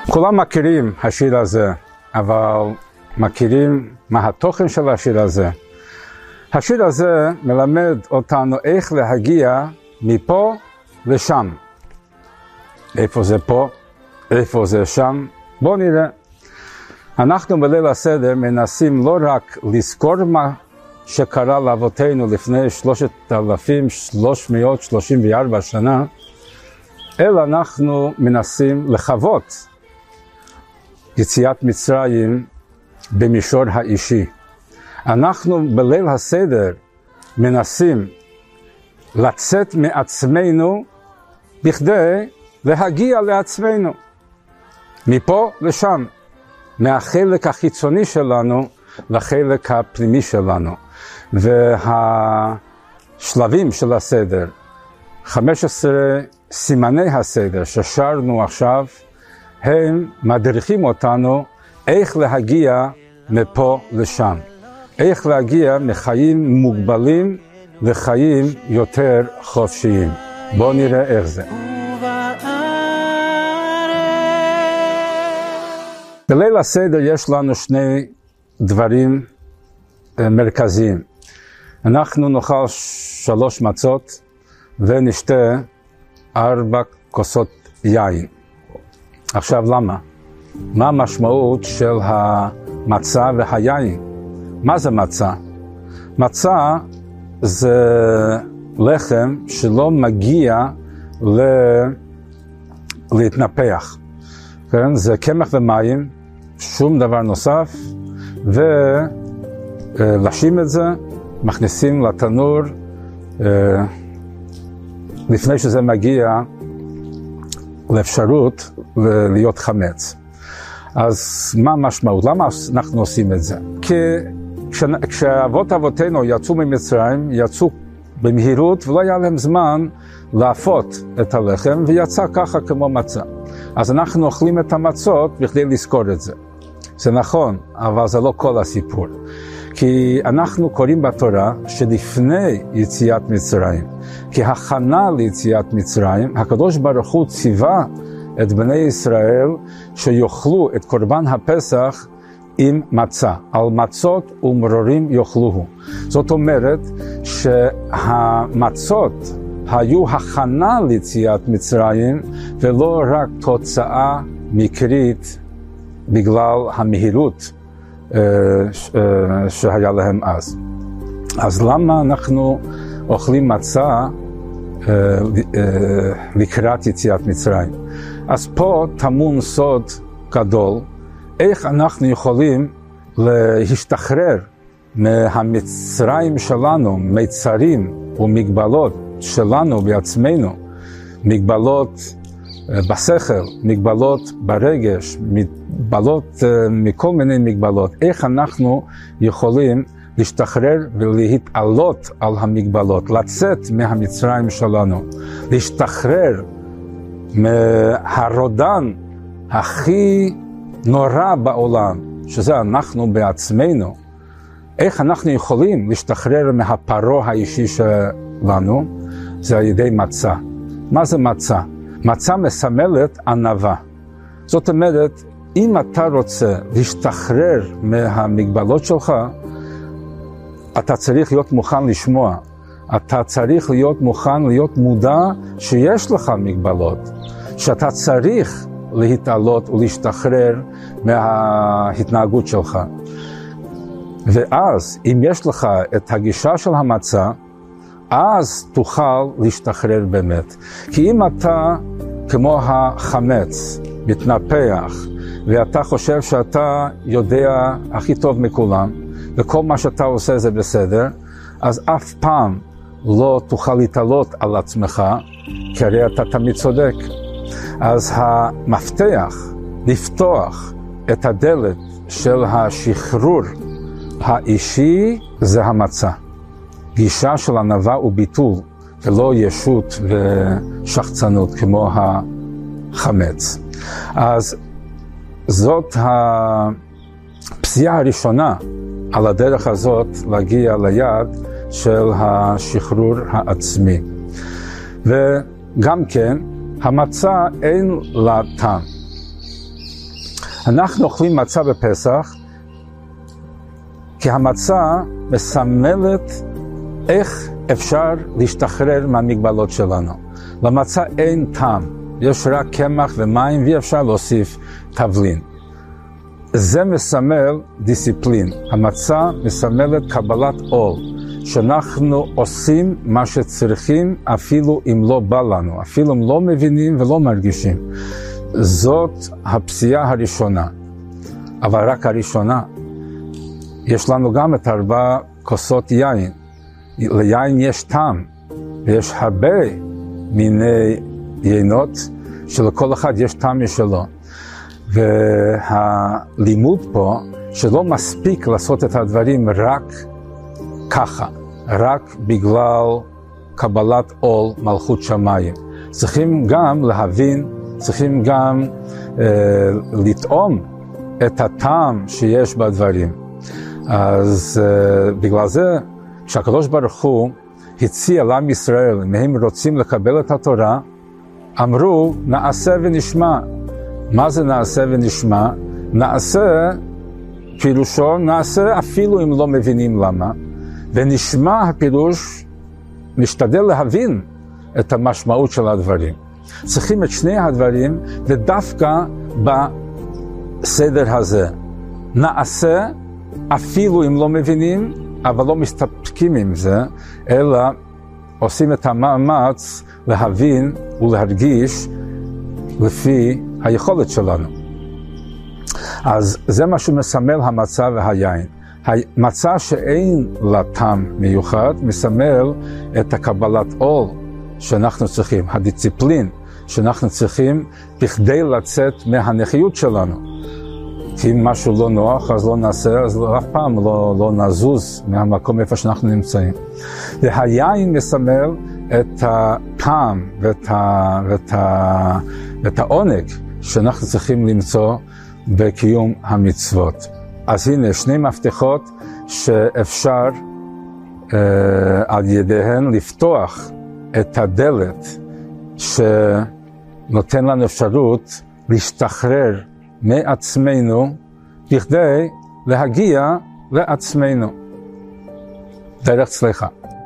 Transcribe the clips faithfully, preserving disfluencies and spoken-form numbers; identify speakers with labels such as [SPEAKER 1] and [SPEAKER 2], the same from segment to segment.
[SPEAKER 1] כולם מכירים השיר הזה, אבל מכירים מה התוכן של השיר הזה. השיר הזה מלמד אותנו איך להגיע מפה לשם. איפה זה פה? איפה זה שם? בואו נראה. אנחנו בליל הסדר מנסים לא רק לזכור מה שקרה לאבותינו לפני שלושת אלפים שלוש מאות שלושים וארבע שנה, אלא אנחנו מנסים לחוות יציאת מצרים במישור האישי. אנחנו בליל הסדר מנסים לצאת מעצמנו בכדי להגיע לעצמנו. מפה לשם, מהחלק החיצוני שלנו לחלק הפנימי שלנו. והשלבים של הסדר, חמישה עשר סימני הסדר ששרנו עכשיו, הם מדריכים אותנו איך להגיע מפה לשם. איך להגיע מחיים מוגבלים לחיים יותר חופשיים. בואו נראה איך זה. בליל הסדר יש לנו שני דברים מרכזיים. אנחנו נאכל שלוש מצות ונשתה ארבע כוסות יין. עכשיו למה? מה המשמעות של המצה והיין? מה זה מצה? מצה זה לחם שלא מגיע ל... להתנפח. כן? זה קמח ומים, שום דבר נוסף, ולשים את זה, מכניסים לתנור, לפני שזה מגיע לאפשרות להיות חמץ. אז מה המשמעות? למה אנחנו עושים את זה? כי כשאבות אבותינו יצאו ממצרים, יצאו במהירות ולא היה להם זמן להפות את הלחם, ויצא ככה כמו מצה. אז אנחנו אוכלים את המצות בכדי לזכור את זה. זה נכון, אבל זה לא כל הסיפור. כי אנחנו קוראים בתורה שלפני יציאת מצרים, כהכנה ליציאת מצרים, הקדוש ברוך הוא ציווה את בני ישראל שיאכלו את קורבן הפסח עם מצה. על מצות ומרורים יאכלוהו. זאת אומרת שהמצות היו הכנה ליציאת מצרים ולא רק תוצאה מקרית בגלל המהירות שהיה להם אז. אז למה אנחנו אוכלים מצה לקראת יציאת מצרים? אז פה טמון סוד גדול, איך אנחנו יכולים להשתחרר מהמצרים שלנו, מצרים ומגבלות שלנו בעצמנו, מגבלות בשכל, מגבלות ברגש, מגבלות מכל מיני מגבלות. איך אנחנו יכולים להשתחרר ולהתעלות על המגבלות, לצאת מהמצרים שלנו, להשתחרר מהרודן הכי נורא בעולם, שזה אנחנו בעצמנו. איך אנחנו יכולים להשתחרר מהפרעה האישי שלנו? זה על ידי מצה. מה זה מצה? מצה מסמלת ענווה. זאת אומרת, אם אתה רוצה להשתחרר מהמגבלות שלך, אתה צריך להיות מוכן לשמוע. אתה צריך להיות מוכן להיות מודע שיש לך מגבלות, שאתה צריך להתעלות ולהשתחרר מההתנהגות שלך. ואז, אם יש לך את הגישה של המצה, אז תוכל להשתחרר באמת. כי אם אתה, כמו החמץ, מתנפח, ואתה חושב שאתה יודע הכי טוב מכולם, וכל מה שאתה עושה זה בסדר, אז אף פעם לא תוכל להתעלות על עצמך, כי הרי אתה תמיד צודק. אז המפתח לפתוח את הדלת של השחרור האישי זה המצה. גישה של ענווה וביטול, ולא ישות ושחצנות כמו החמץ. אז זאת הפסיעה הראשונה על הדרך הזאת להגיע ליעד של השחרור העצמי. וגם כן, המצה אין לה טעם. אנחנו אוכלים מצה בפסח, כי המצה מסמלת איך אפשר להשתחרר מהמגבלות שלנו. למצה אין טעם, יש רק קמח ומים ואי אפשר להוסיף תבלין. זה מסמל דיסציפלין. המצה מסמלת קבלת עול, שאנחנו עושים מה שצריכים אפילו אם לא בא לנו, אפילו אם לא מבינים ולא מרגישים. זאת הפסיעה הראשונה, אבל רק הראשונה. יש לנו גם את ארבע כוסות יין. ליין יש טעם, ויש הרבה מיני יינות שלכל אחד יש טעם משלו. והלימוד פה שלא מספיק לעשות את הדברים רק ככה, רק בגלל קבלת עול מלכות שמיים. צריכים גם להבין, צריכים גם אה, לטעום את הטעם שיש בדברים. אז אה, בגלל זה, כשהקדוש ברוך הוא הציע לעם ישראל, אם הם רוצים לקבל את התורה, אמרו נעשה ונשמע. מה זה נעשה ונשמע? נעשה, פירושו נעשה אפילו אם לא מבינים למה, ונשמע הפירוש, נשתדל להבין את המשמעות של הדברים. צריכים את שני הדברים, ודווקא בסדר הזה. נעשה אפילו אם לא מבינים, אבל לא מסתפקים עם זה, אלא עושים את המאמץ להבין ולהרגיש לפי היכולת שלנו. אז זה מה שמסמל המצה והיין. המצה שאין לה טעם מיוחד, מסמל את הקבלת עול שאנחנו צריכים, הדיסציפלין שאנחנו צריכים בכדי לצאת מהנחיות שלנו. כי אם משהו לא נוח, אז לא נעשה, אז אף פעם לא, לא נזוז מהמקום איפה שאנחנו נמצאים. והיין מסמל את הטעם ואת, ה, ואת, ה, ואת העונג שאנחנו צריכים למצוא בקיום המצוות. אז הנה שני מפתחות שאפשר אה, על ידיהן לפתוח את הדלת שנותן לנו אפשרות להשתחרר מעצמנו בכדי להגיע לעצמנו דרך צלחה.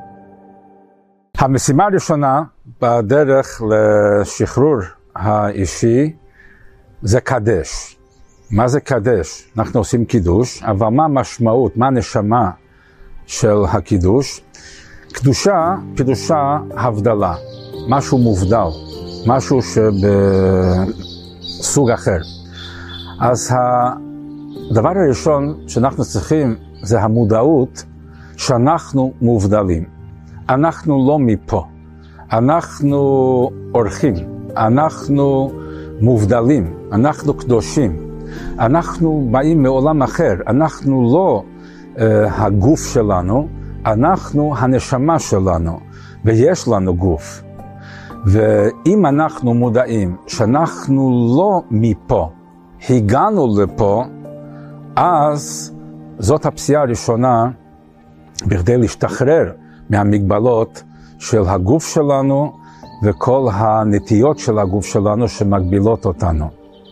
[SPEAKER 1] המשימה הראשונה בדרך לשחרור האישי זה קדש. מה זה קדש? אנחנו עושים קידוש, אבל מה המשמעות, מה הנשמה של הקידוש? קדושה פירושה הבדלה, משהו מובדל, משהו שבסוג אחר. אז הדבר הראשון שאנחנו צריכים זה המודעות שאנחנו מובדלים. אנחנו לא מפה, אנחנו אורחים, אנחנו מובדלים, אנחנו קדושים. אנחנו באים מעולם אחר, אנחנו לא uh, הגוף שלנו, אנחנו הנשמה שלנו, ויש לנו גוף. ואם אנחנו מודעים שאנחנו לא מפה, הגענו לפה, אז זאת הפסיעה הראשונה בכדי להשתחרר מהמגבלות של הגוף שלנו וכל הנטיות של הגוף שלנו שמגבילות אותנו.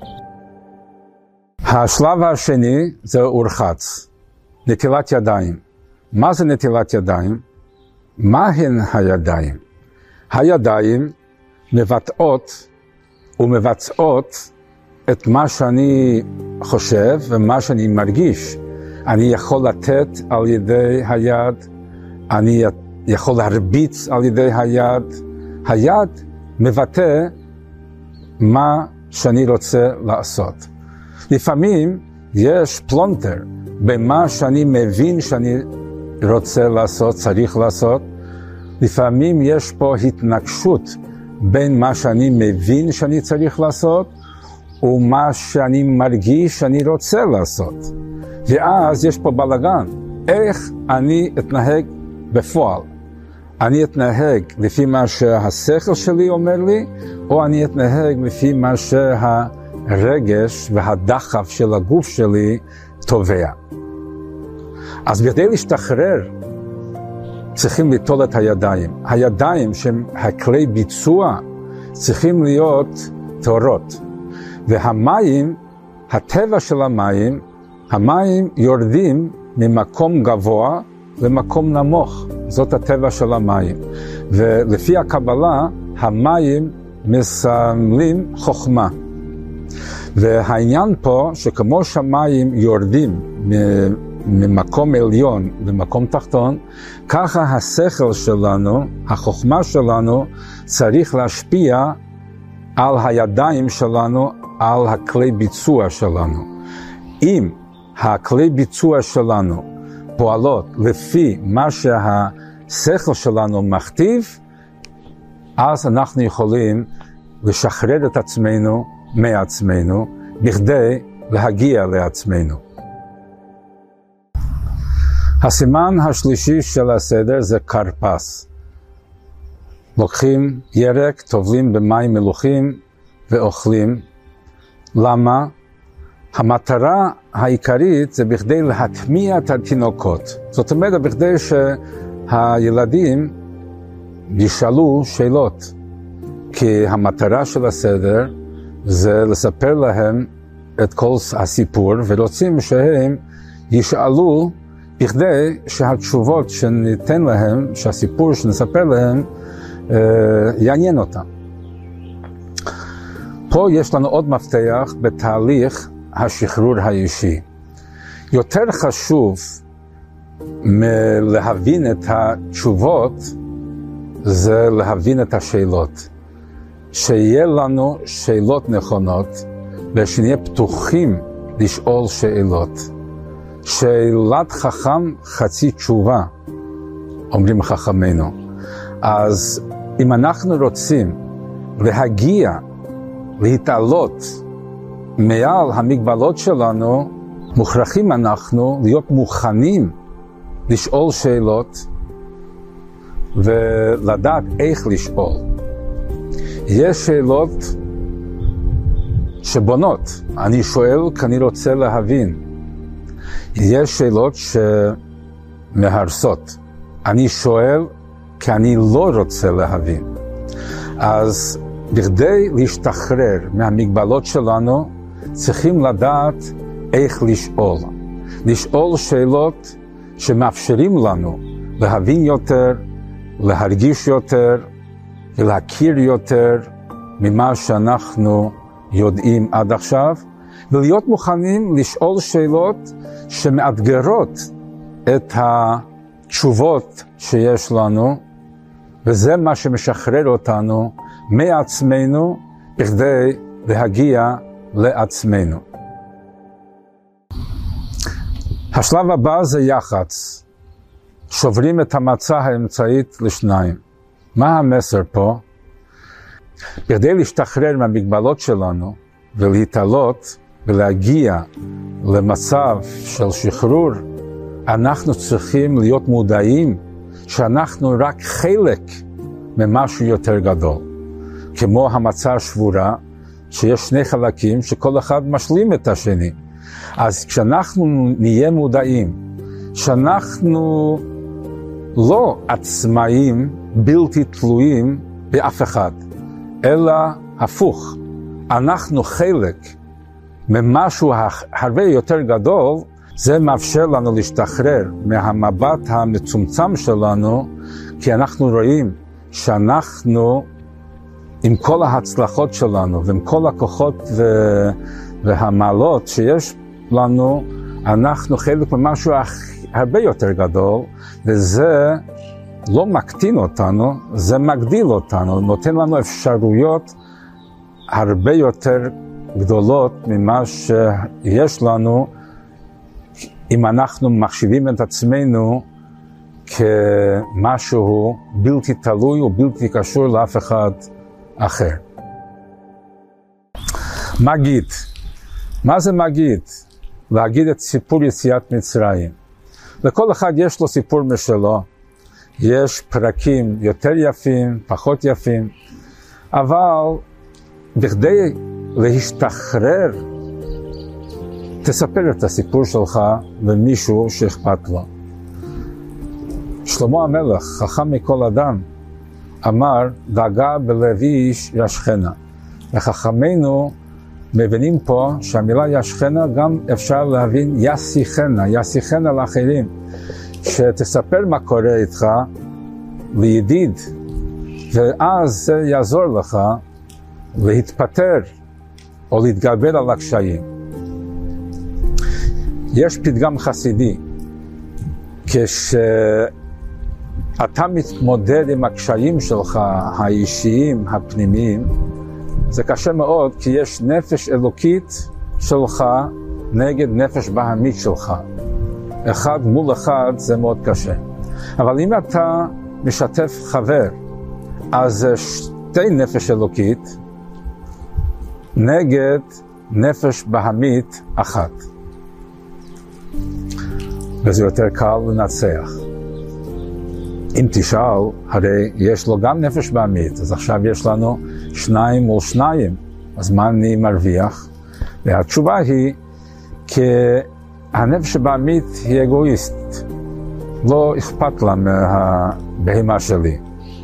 [SPEAKER 1] השלב השני זה אורחץ, נטילת ידיים. מה זה נטילת ידיים? מה הן הידיים? הידיים מבטאות ומבצעות את מה שאני חושב ומה שאני מרגיש. אני יכול לתת על ידי היד, אני יכול להרביץ על ידי היד. היד מבטא מה שאני רוצה לעשות. לפעמים יש פלונטר במה שאני מבין שאני רוצה לעשות, צריך לעשות. לפעמים יש פה התנגשות בין מה שאני מבין שאני צריך לעשות ומה שאני מרגיש שאני רוצה לעשות. ואז יש פה בלגן. איך אני אתנהג בפועל? אני אתנהג לפי מה שהשכל שלי אומר לי, או אני אתנהג לפי מה שהרגש והדחף של הגוף שלי תובע. אז בכדי להשתחרר, צריכים ליטול את הידיים. הידיים שהם הכלי ביצוע צריכים להיות טהורות. והמים הטבע של המים, המים יורדים ממקום גבוה למקום נמוך. זאת הטבע של המים. ולפי הקבלה, המים מסמלים חוכמה. והעניין פה, שכמו שהמים יורדים ממקום עליון למקום תחתון, ככה השכל שלנו, החוכמה שלנו, צריך להשפיע על הידיים שלנו, על הכלי ביצוע שלנו. אם הכלי ביצוע שלנו פועלות לפי מה שהשכל שלנו מכתיב, אז אנחנו יכולים לשחרר את עצמנו מעצמנו, בכדי להגיע לעצמנו. הסימן השלישי של הסדר זה כרפס. לוקחים ירק, טובלים במים מלוחים ואוכלים. למה? המטרה העיקרית זה בכדי להטמיע את התינוקות. זאת אומרת, בכדי שהילדים ישאלו שאלות. כי המטרה של הסדר זה לספר להם את כל הסיפור, ורוצים שהם ישאלו בכדי שהתשובות שניתן להם, שהסיפור שנספר להם, יעניין אותם. פה יש לנו עוד מפתח בתהליך השחרור האישי. יותר חשוב מלהבין את התשובות, זה להבין את השאלות. שיהיה לנו שאלות נכונות, ושנהיה פתוחים לשאול שאלות. שאלת חכם חצי תשובה, אומרים חכמינו. אז אם אנחנו רוצים להגיע, להתעלות מעל המגבלות שלנו, מוכרחים אנחנו להיות מוכנים לשאול שאלות, ולדעת איך לשאול. יש שאלות שבונות, אני שואל כי אני רוצה להבין. יש שאלות שמהרסות, אני שואל כי אני לא רוצה להבין. אז בכדי להשתחרר מהמגבלות שלנו, צריכים לדעת איך לשאול. לשאול שאלות שמאפשרים לנו להבין יותר, להרגיש יותר, ולהכיר יותר ממה שאנחנו יודעים עד עכשיו, ולהיות מוכנים לשאול שאלות שמאתגרות את התשובות שיש לנו, וזה מה שמשחרר אותנו מעצמנו בכדי להגיע לעצמנו. השלב הבא זה יח"צ. שוברים את המצה האמצעית לשניים. מה המסר פה? כדי להשתחרר מהמגבלות שלנו ולהתעלות ולהגיע למצב של שחרור, אנחנו צריכים להיות מודעים שאנחנו רק חלק ממשהו יותר גדול. כמו המצה השבורה, שיש שני חלקים שכל אחד משלים את השני. אז כשאנחנו נהיה מודעים שאנחנו לא עצמאים בלתי תלויים באף אחד, אלא הפוך, אנחנו חלק ממשהו הרבה יותר גדול, זה מאפשר לנו להשתחרר מהמבט המצומצם שלנו, כי אנחנו רואים שאנחנו עם כל ההצלחות שלנו ועם כל הכוחות ו... והמעלות שיש לנו, אנחנו חלק ממשהו הרבה יותר גדול, וזה לא מקטין אותנו, זה מגדיל אותנו, נותן לנו אפשרויות הרבה יותר גדולות ממה שיש לנו, אם אנחנו מחשיבים את עצמנו כמשהו בלתי תלוי ובלתי קשור לאף אחד אחר. מגיד. מה זה מגיד? להגיד את סיפור יציאת מצרים. לכל אחד יש לו סיפור משלו. יש פרקים יותר יפים, פחות יפים, אבל בכדי להשתחרר, תספר את הסיפור שלך למישהו שאכפת לו. שלמה המלך, חכם מכל אדם, אמר, דאגה בלב איש ישכנה. וחכמינו מבינים פה שהמילה ישכנה גם אפשר להבין ישיכנה, ישיכנה לאחרים. שתספר מה קורה איתך לידיד, ואז זה יעזור לך להתפטר או להתגבר על הקשיים. יש פתגם חסידי, כשאתה מתמודד עם הקשיים שלך, האישיים, הפנימיים, זה קשה מאוד, כי יש נפש אלוקית שלך נגד נפש בהמית שלך. אחד מול אחד זה מאוד קשה. אבל אם אתה משתף חבר, אז שתי נפש אלוקית נגד נפש בהמית אחת. וזה יותר קל לנצח. אם תשאל, הרי יש לו גם נפש בהמית, אז עכשיו יש לנו שניים מול שניים, אז מה אני מרוויח? והתשובה היא, כי הנפש בהמית היא אגואיסט, לא אכפת לה מהבהמה שלי.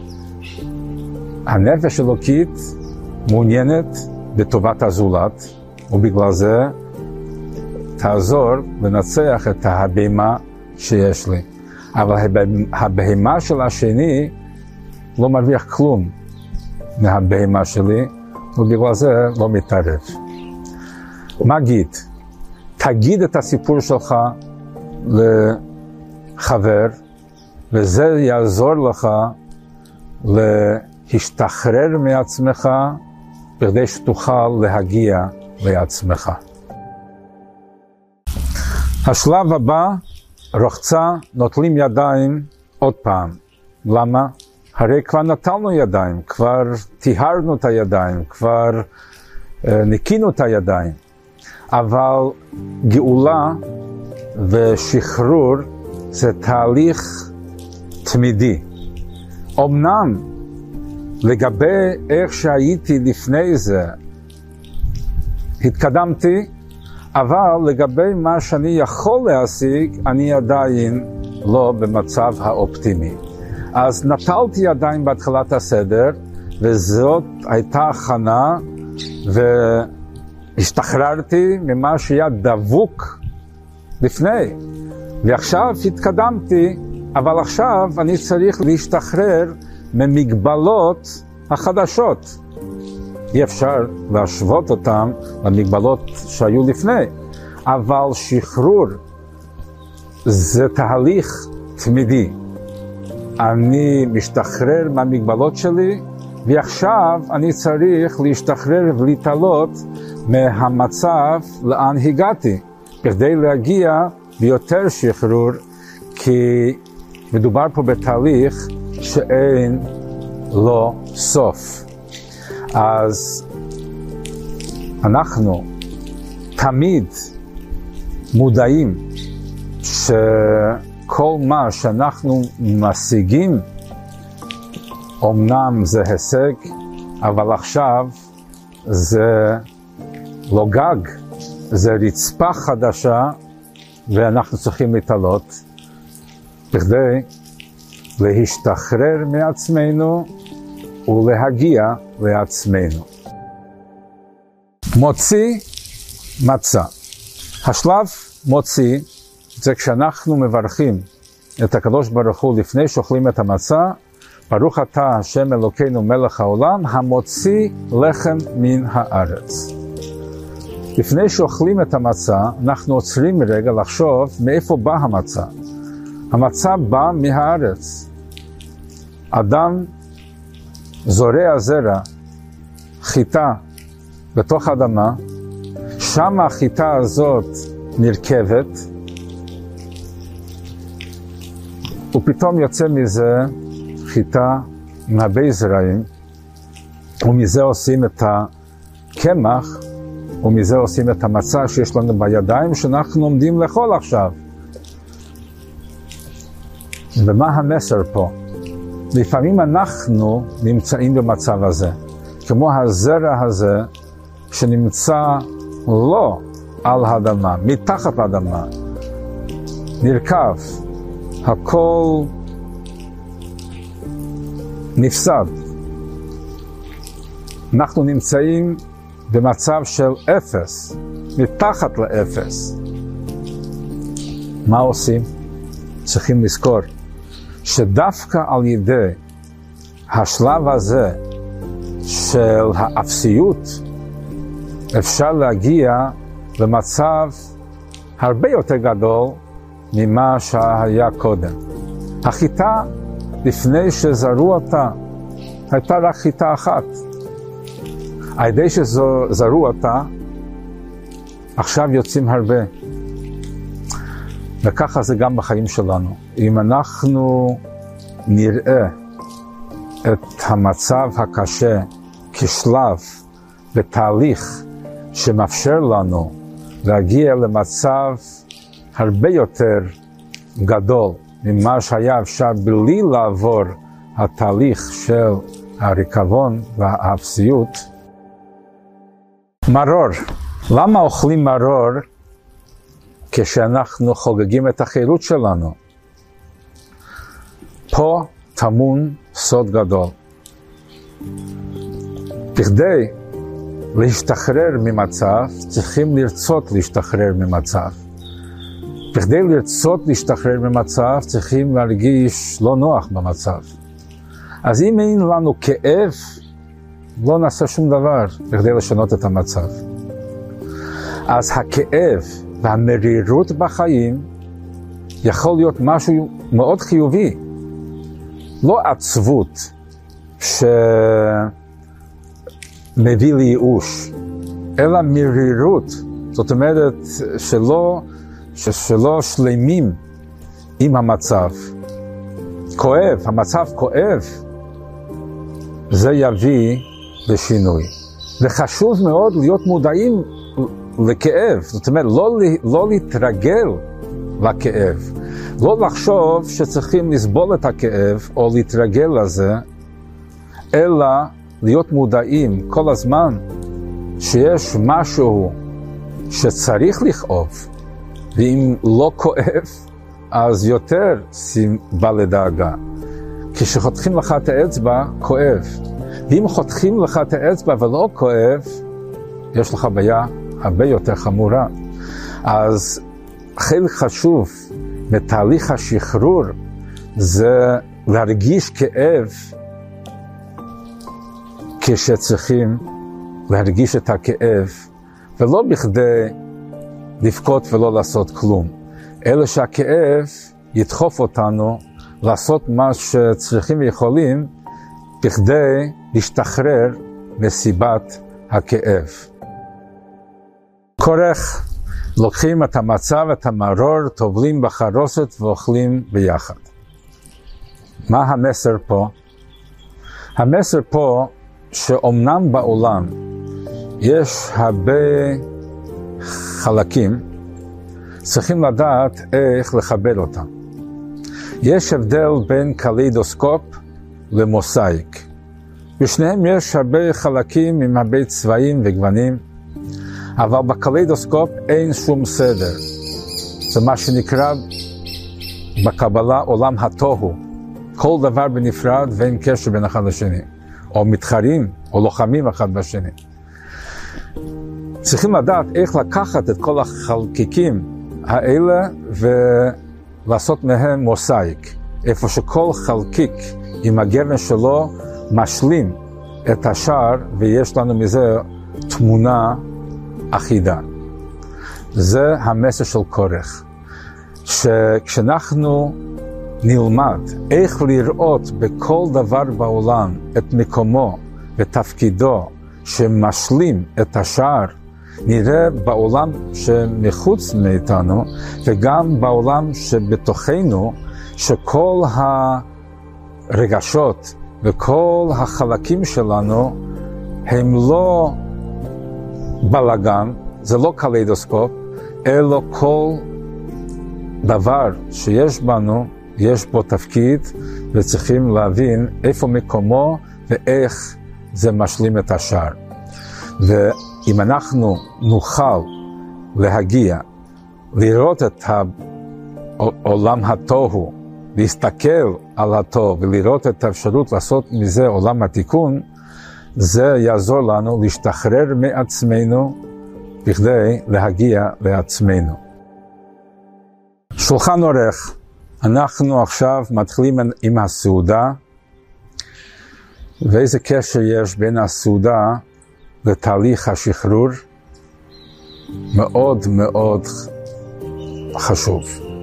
[SPEAKER 1] הנפש אלוקית מעוניינת בטובת הזולת, ובגלל זה תעזור לנצח את הבהמה שיש לי. אבל הבהמה של השני לא מרוויח כלום מהבהמה שלי, ובגלל זה לא מתערב. מגיד, תגיד את הסיפור שלך לחבר, וזה יעזור לך להשתחרר מעצמך, בכדי שתוכל להגיע לעצמך. השלב הבא, רוחצה, נוטלים ידיים עוד פעם. למה? הרי כבר נטלנו ידיים, כבר טיהרנו את הידיים, כבר אה, ניקינו את הידיים. אבל גאולה ושחרור זה תהליך תמידי. אמנם לגבי איך שהייתי לפני זה, התקדמתי, אבל לגבי מה שאני יכול להשיג, אני עדיין לא במצב האופטימי. אז נטלתי ידיים בהתחלת הסדר, וזאת הייתה הכנה, והשתחררתי ממה שהיה דבוק לפני. ועכשיו התקדמתי, אבל עכשיו אני צריך להשתחרר ממגבלות החדשות. אי אפשר להשוות אותם למגבלות שהיו לפני, אבל שחרור זה תהליך תמידי. אני משתחרר מהמגבלות שלי, ועכשיו אני צריך להשתחרר ולהתעלות מהמצב לאן הגעתי, כדי להגיע ביותר שחרור, כי מדובר פה בתהליך שאין לו סוף. אז אנחנו תמיד מודעים שכל מה שאנחנו משיגים, אמנם זה הישג, אבל עכשיו זה לא גג, זה רצפה חדשה, ואנחנו צריכים להתעלות בכדי להשתחרר מעצמנו ולהגיע לעצמנו. מוציא מצה. השלב מוציא זה כשאנחנו מברכים את הקדוש ברוך הוא לפני שאוכלים את המצה, ברוך אתה השם אלוקינו מלך העולם המוציא לחם מן הארץ. לפני שאוכלים את המצה, אנחנו עוצרים רגע לחשוב מאיפה בא המצה. המצה בא מהארץ. אדם זורע זרע, חיטה בתוך האדמה, שם החיטה הזאת נרכבת, ופתאום יוצא מזה חיטה עם הרבה זרעים, ומזה עושים את הקמח, ומזה עושים את המצה שיש לנו בידיים, שאנחנו עומדים לאכול עכשיו. ומה המסר פה? לפעמים אנחנו נמצאים במצב הזה, כמו הזרע הזה שנמצא לא על האדמה, מתחת לאדמה, נרכב, הכל נפסד. אנחנו נמצאים במצב של אפס, מתחת לאפס. מה עושים? צריכים לזכור שדווקא על ידי השלב הזה של האפסיות אפשר להגיע למצב הרבה יותר גדול ממה שהיה קודם. החיטה לפני שזרו אותה הייתה רק חיטה אחת. על ידי שזרו אותה עכשיו יוצאים הרבה. וככה זה גם בחיים שלנו. אם אנחנו נראה את המצב הקשה כשלב בתהליך שמאפשר לנו להגיע למצב הרבה יותר גדול ממה שהיה אפשר בלי לעבור התהליך של הריקבון והאפסיות. מרור. למה אוכלים מרור כשאנחנו חוגגים את החירות שלנו? פה טמון סוד גדול. בכדי להשתחרר ממצב, צריכים לרצות להשתחרר ממצב. בכדי לרצות להשתחרר ממצב, צריכים להרגיש לא נוח במצב. אז אם אין לנו כאב, לא נעשה שום דבר בכדי לשנות את המצב. אז הכאב והמרירות בחיים יכול להיות משהו מאוד חיובי. לא עצבות שמביא לייאוש, אלא מרירות. זאת אומרת שלא, שלא שלמים עם המצב. כואב, המצב כואב, זה יביא לשינוי. וחשוב מאוד להיות מודעים לכאב, זאת אומרת לא, לא להתרגל לכאב, לא לחשוב שצריכים לסבול את הכאב או להתרגל לזה, אלא להיות מודעים כל הזמן שיש משהו שצריך לכאוב, ואם לא כואב אז יותר סיבה לדאגה. כשחותכים לך את האצבע כואב, ואם חותכים לך את האצבע ולא כואב, יש לך בעיה הרבה יותר חמורה. אז חלק חשוב בתהליך השחרור זה להרגיש כאב כשצריכים להרגיש את הכאב, ולא בכדי לבכות ולא לעשות כלום, אלא שהכאב ידחוף אותנו לעשות מה שצריכים ויכולים בכדי להשתחרר מסיבת הכאב. כורך, לוקחים את המצב, את המרור, טובלים בחרוסת ואוכלים ביחד. מה המסר פה? המסר פה שאומנם בעולם יש הרבה חלקים, צריכים לדעת איך לכבד אותם. יש הבדל בין קליידוסקופ למוסאיק. בשניהם יש הרבה חלקים עם הרבה צבעים וגוונים, אבל בקליידוסקופ אין שום סדר. זה מה שנקרא בקבלה עולם התוהו. כל דבר בנפרד ואין קשר בין אחד לשני. או מתחרים, או לוחמים אחד בשני. צריכים לדעת איך לקחת את כל החלקיקים האלה ולעשות מהם מוסאיק. איפה שכל חלקיק עם הגוון שלו משלים את השאר ויש לנו מזה תמונה אחידה. זה המסר של כורך. שכשאנחנו נלמד איך לראות בכל דבר בעולם את מקומו ותפקידו שמשלים את השאר, נראה בעולם שמחוץ מאיתנו וגם בעולם שבתוכנו שכל הרגשות וכל החלקים שלנו הם לא בלגן, זה לא קליידוסקופ, אלא כל דבר שיש בנו, יש בו תפקיד, וצריכים להבין איפה מקומו ואיך זה משלים את השאר. ואם אנחנו נוכל להגיע, לראות את העולם התוהו, להסתכל על התוהו ולראות את האפשרות לעשות מזה עולם התיקון, זה יעזור לנו להשתחרר מעצמנו בכדי להגיע לעצמנו. שולחן עורך, אנחנו עכשיו מתחילים עם הסעודה, ואיזה קשר יש בין הסעודה לתהליך השחרור? מאוד מאוד חשוב.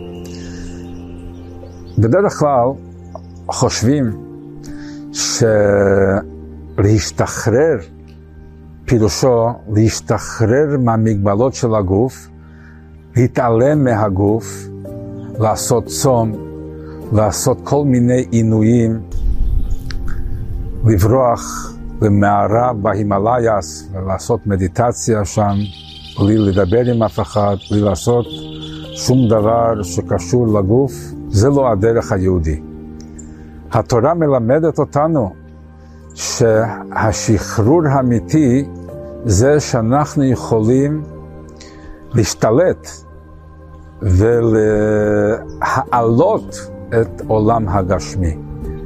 [SPEAKER 1] בדרך כלל חושבים שלהשתחרר פירושו להשתחרר מהמגבלות של הגוף, להתעלם מהגוף, לעשות צום, לעשות כל מיני עינויים, לברוח למערה בהימאלייס ולעשות מדיטציה שם, בלי לדבר עם אף אחד, בלי לעשות שום דבר שקשור לגוף. זה לא הדרך היהודי. התורה מלמדת אותנו שהשחרור האמיתי זה שאנחנו יכולים להשתלט ולהעלות את עולם הגשמי.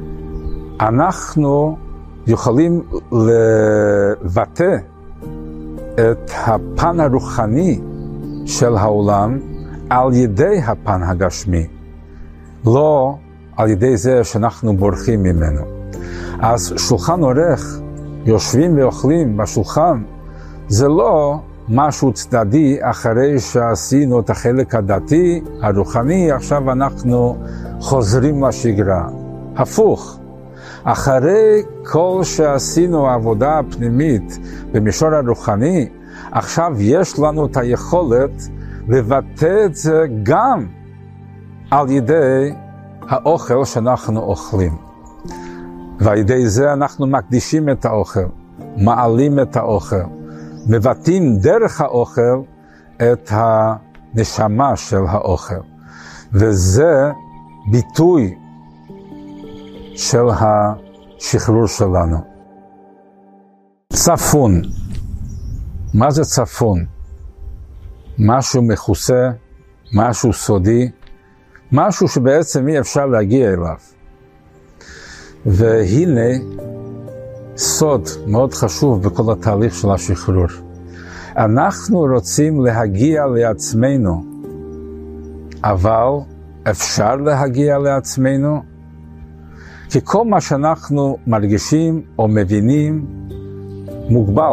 [SPEAKER 1] אנחנו יכולים לבטא את הפן הרוחני של העולם על ידי הפן הגשמי, לא על ידי זה שאנחנו בורחים ממנו. אז שולחן עורך, יושבים ואוכלים בשולחן, זה לא משהו צדדי אחרי שעשינו את החלק הדתי, הרוחני, עכשיו אנחנו חוזרים לשגרה. הפוך, אחרי כל שעשינו העבודה הפנימית במישור הרוחני, עכשיו יש לנו את היכולת לבטא את זה גם על ידי האוכל שאנחנו אוכלים. ועל ידי זה אנחנו מקדישים את האוכל, מעלים את האוכל, מבטאים דרך האוכל את הנשמה של האוכל. וזה ביטוי של השחרור שלנו. צפון. מה זה צפון? משהו מכוסה, משהו סודי, משהו שבעצם אי אפשר להגיע אליו. והנה סוד מאוד חשוב בכל התהליך של השחרור. אנחנו רוצים להגיע לעצמנו, אבל אפשר להגיע לעצמנו? כי כל מה שאנחנו מרגישים או מבינים מוגבל.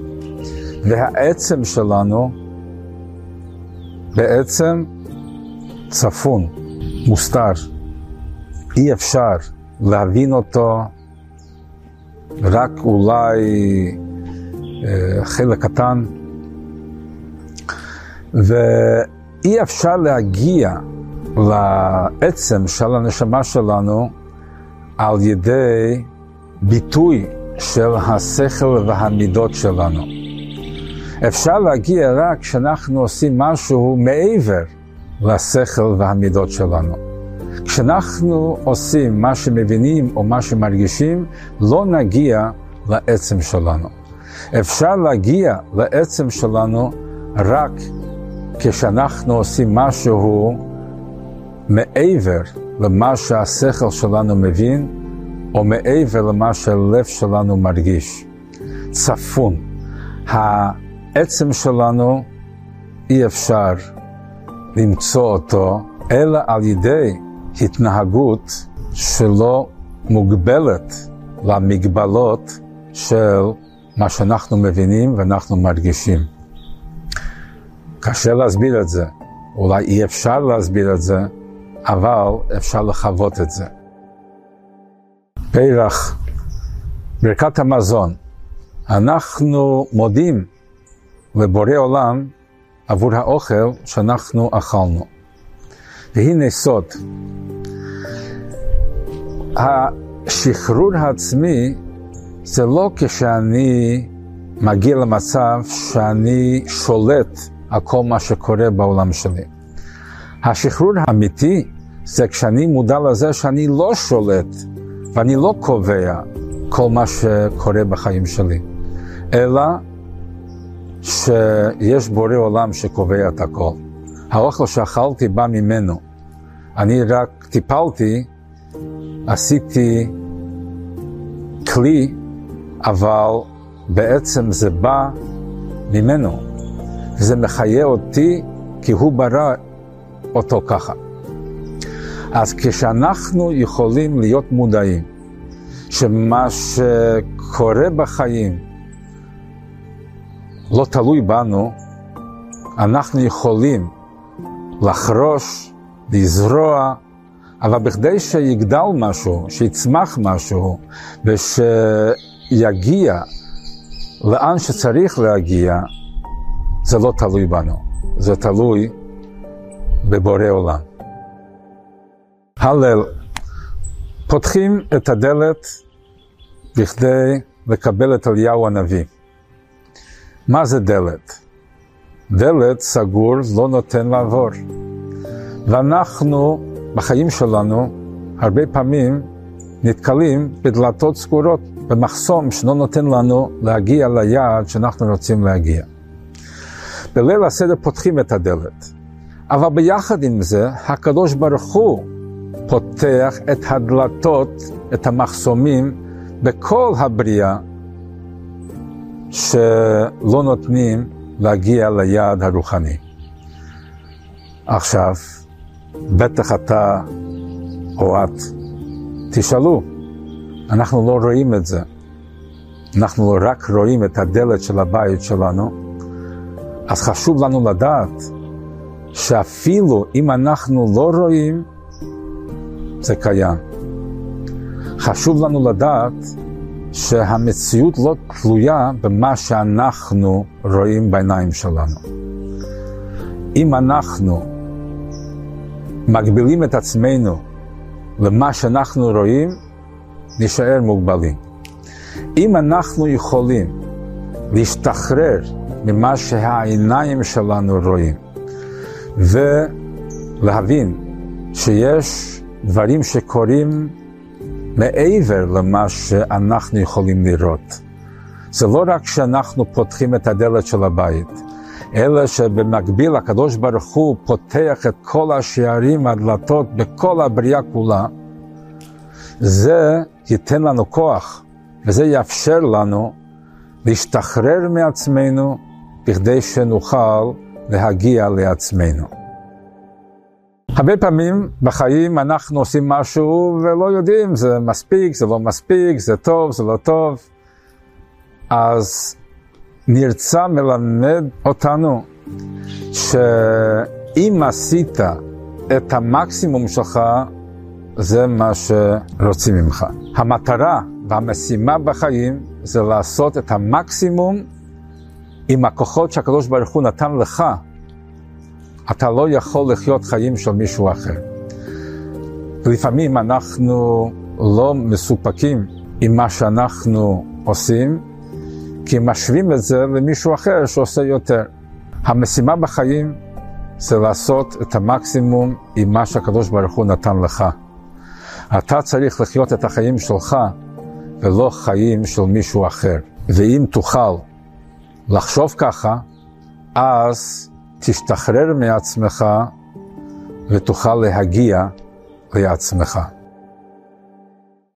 [SPEAKER 1] והעצם שלנו בעצם צפון, מוסתר. אי אפשר להבין אותו, רק אולי אה, חלק קטן. ואי אפשר להגיע לעצם של הנשמה שלנו על ידי ביטוי של השכל והמידות שלנו. אפשר להגיע רק כשאנחנו עושים משהו מעבר לשכל והמידות שלנו. כשאנחנו עושים מה שמבינים או מה שמרגישים, לא נגיע לעצם שלנו. אפשר להגיע לעצם שלנו רק כשאנחנו עושים משהו מעבר למה שהשכל שלנו מבין, או מעבר למה שהלב שלנו מרגיש. צפון. העצם שלנו אי אפשר למצוא אותו, אלא על ידי התנהגות שלא מוגבלת למגבלות של מה שאנחנו מבינים ואנחנו מרגישים. קשה להסביר את זה, אולי אי אפשר להסביר את זה, אבל אפשר לחוות את זה. פרח, ברכת המזון. אנחנו מודים לבורא עולם עבור האוכל שאנחנו אכלנו. והנה סוד. השחרור העצמי זה לא כשאני מגיע למצב שאני שולט על כל מה שקורה בעולם שלי. השחרור האמיתי זה כשאני מודע לזה שאני לא שולט ואני לא קובע כל מה שקורה בחיים שלי, אלא שיש בורא עולם שקובע את הכל. האוכל שאכלתי בא ממנו. אני רק טיפלתי, עשיתי כלי אבל בעצם זה בא ממנו, וזה מחיה אותי כי הוא ברא אותו ככה. אז כשאנחנו יכולים להיות מודעים שמה שקורה בחיים לא תלוי בנו, אנחנו יכולים לחרוש, לזרוע, אבל בכדי שיגדל משהו, שיצמח משהו, ושיגיע לאן שצריך להגיע, זה לא תלוי בנו, זה תלוי בבורא עולם. הלל, פותחים את הדלת בכדי לקבל את אליהו הנביא. מה זה דלת? דלת סגור לא נותן לעבור. ואנחנו בחיים שלנו הרבה פעמים נתקלים בדלתות סגורות, במחסום שלא נותן לנו להגיע ליעד שאנחנו רוצים להגיע. בליל הסדר פותחים את הדלת, אבל ביחד עם זה הקדוש ברוך הוא פותח את הדלתות, את המחסומים בכל הבריאה שלא נותנים להגיע ליעד הרוחני. עכשיו, בטח אתה או את תשאלו, אנחנו לא רואים את זה. אנחנו רק רואים את הדלת של הבית שלנו, אז חשוב לנו לדעת שאפילו אם אנחנו לא רואים, זה קיים. חשוב לנו לדעת שהמציאות לא תלויה במה שאנחנו רואים בעיניים שלנו. אם אנחנו מגבילים את עצמנו למה שאנחנו רואים, נשאר מוגבלים. אם אנחנו יכולים להשתחרר ממה שהעיניים שלנו רואים, ולהבין שיש דברים שקורים מעבר למה שאנחנו יכולים לראות. זה לא רק שאנחנו פותחים את הדלת של הבית, אלא שבמקביל הקדוש ברוך הוא פותח את כל השערים והדלתות בכל הבריאה כולה. זה ייתן לנו כוח, וזה יאפשר לנו להשתחרר מעצמנו בכדי שנוכל להגיע לעצמנו. הרבה פעמים בחיים אנחנו עושים משהו ולא יודעים, זה מספיק, זה לא מספיק, זה טוב, זה לא טוב. אז נרצה מלמד אותנו שאם עשית את המקסימום שלך, זה מה שרוצים ממך. המטרה והמשימה בחיים זה לעשות את המקסימום עם הכוחות שהקדוש ברוך הוא נתן לך. אתה לא יכול לחיות חיים של מישהו אחר. לפעמים אנחנו לא מסופקים עם מה שאנחנו עושים, כי משווים את זה למישהו אחר שעושה יותר. המשימה בחיים זה לעשות את המקסימום עם מה שהקדוש ברוך הוא נתן לך. אתה צריך לחיות את החיים שלך ולא חיים של מישהו אחר. ואם תוכל לחשוב ככה, אז תשתחרר מעצמך ותוכל להגיע לעצמך.